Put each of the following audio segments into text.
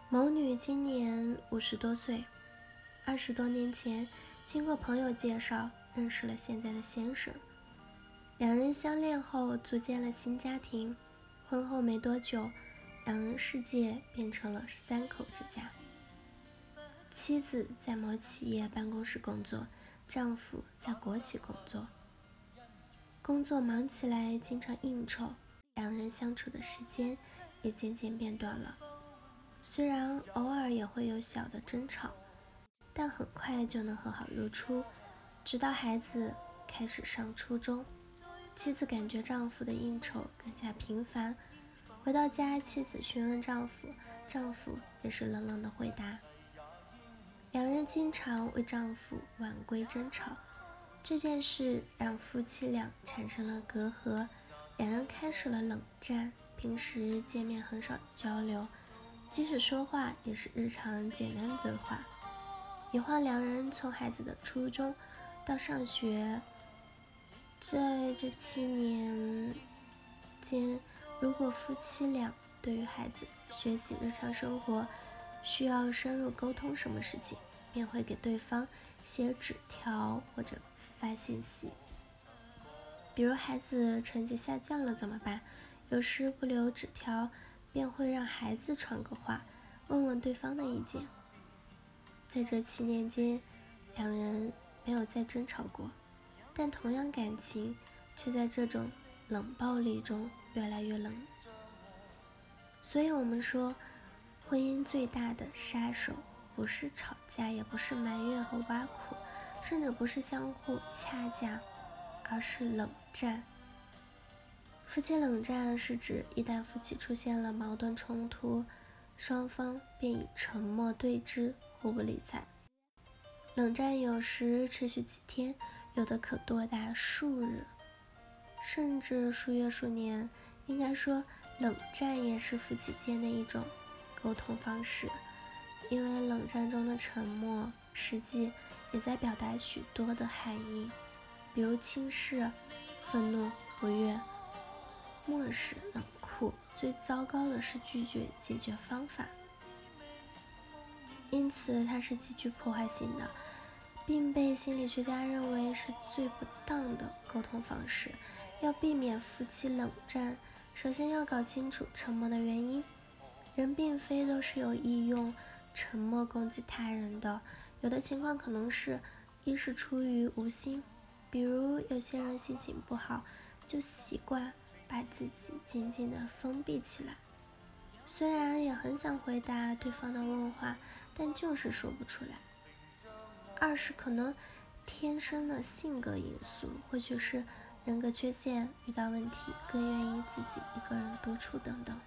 某女今年50多岁，20多年前经过朋友介绍认识了现在的先生，两人相恋后组建了新家庭，婚后没多久，两人世界变成了3口之家。妻子在某企业办公室工作，丈夫在国企工作。工作忙起来经常应酬，两人相处的时间也渐渐变短了。虽然偶尔也会有小的争吵，但很快就能和好如初。直到孩子开始上初中，妻子感觉丈夫的应酬更加频繁。回到家，妻子询问丈夫，丈夫也是冷冷的回答。两人经常为丈夫晚归争吵，这件事让夫妻俩产生了隔阂，两人开始了冷战，平时见面很少交流，即使说话也是日常简单的对话。一晃两人从孩子的初中到上学，在这7年间，如果夫妻俩对于孩子学习日常生活需要深入沟通什么事情，便会给对方写纸条或者发信息。比如孩子成绩下降了怎么办？有时不留纸条，便会让孩子传个话，问问对方的意见。在这7年间，两人没有再争吵过，但同样感情却在这种冷暴力中越来越冷。所以我们说，婚姻最大的杀手不是吵架，也不是埋怨和挖苦，甚至不是相互掐架，而是冷战。夫妻冷战是指一旦夫妻出现了矛盾冲突，双方便以沉默对峙，互不理睬。冷战有时持续几天，有的可多达数日，甚至数月数年。应该说，冷战也是夫妻间的一种沟通方式，因为冷战中的沉默实际也在表达许多的含义，比如轻视、愤怒、不悦、漠视、冷酷，最糟糕的是拒绝解决方法。因此它是极具破坏性的，并被心理学家认为是最不当的沟通方式。要避免夫妻冷战，首先要搞清楚沉默的原因。人并非都是有意用沉默攻击他人的，有的情况可能是一是出于无心，比如有些人心情不好，就习惯把自己紧紧地封闭起来，虽然也很想回答对方的问话，但就是说不出来。二是可能天生的性格因素，或许是人格缺陷，遇到问题更愿意自己一个人独处等等。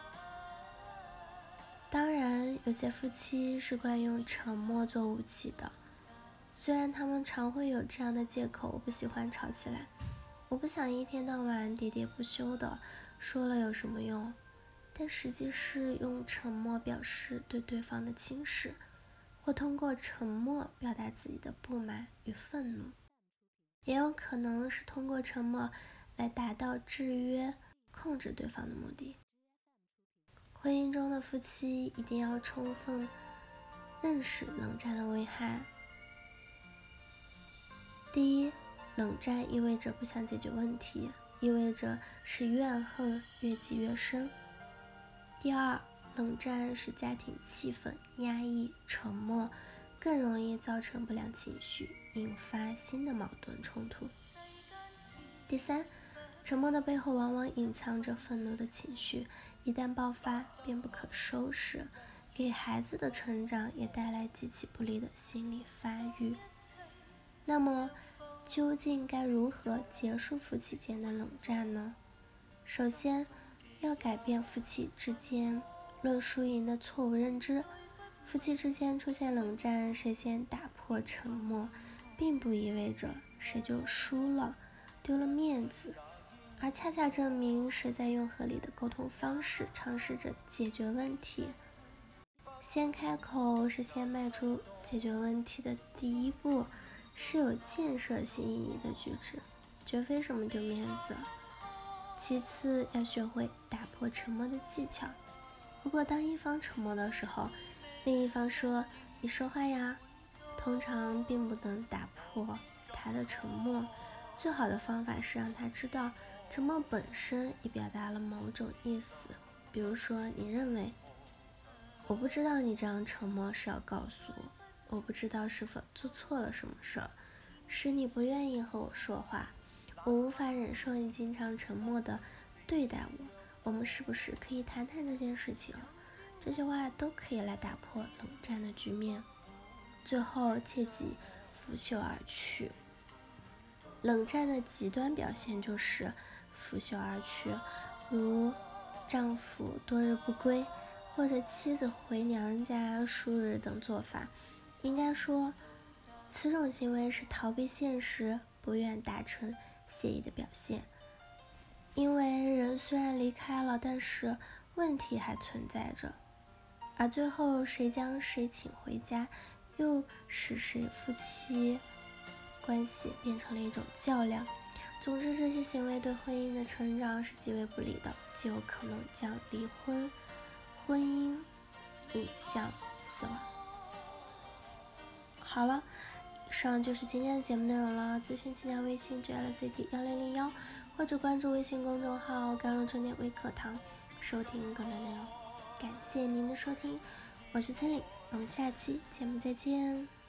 当然，有些夫妻是惯用沉默做武器的，虽然他们常会有这样的借口，我不喜欢吵起来，我不想一天到晚喋喋不休的，说了有什么用？但实际是用沉默表示对对方的轻视，或通过沉默表达自己的不满与愤怒，也有可能是通过沉默来达到制约、控制对方的目的。婚姻中的夫妻一定要充分认识冷战的危害。第一，冷战意味着不想解决问题，意味着使怨恨越积越深。第二，冷战使家庭气氛压抑、沉默，更容易造成不良情绪，引发新的矛盾冲突。第三，沉默的背后往往隐藏着愤怒的情绪，一旦爆发便不可收拾，给孩子的成长也带来极其不利的心理发育。那么究竟该如何结束夫妻间的冷战呢？首先要改变夫妻之间论输赢的错误认知。夫妻之间出现冷战，谁先打破沉默，并不意味着谁就输了，丢了面子，而恰恰证明谁在用合理的沟通方式尝试着解决问题。先开口是先迈出解决问题的第一步，是有建设性意义的举止，绝非什么丢面子。其次要学会打破沉默的技巧， 如果当一方沉默的时候，另一方说你说话呀，通常并不能打破他的沉默。最好的方法是让他知道沉默本身已表达了某种意思。比如说，你认为我不知道你这样沉默是要告诉我不知道是否做错了什么事儿，使你不愿意和我说话，我无法忍受你经常沉默地对待我们是不是可以谈谈这件事情？这些话都可以来打破冷战的局面。最后切忌拂袖而去。冷战的极端表现就是拂袖而去，如丈夫多日不归，或者妻子回娘家数日等做法。应该说，此种行为是逃避现实，不愿达成协议的表现。因为人虽然离开了，但是问题还存在着，而最后谁将谁请回家，又使谁夫妻关系变成了一种较量。总之，这些行为对婚姻的成长是极为不利的，极有可能将离婚婚姻引向死亡。好了，以上就是今天的节目内容了。咨询请加微信 JLCT1001，或者关注微信公众号甘露春天微课堂，收听更多内容。感谢您的收听，我是千里，我们下期节目再见。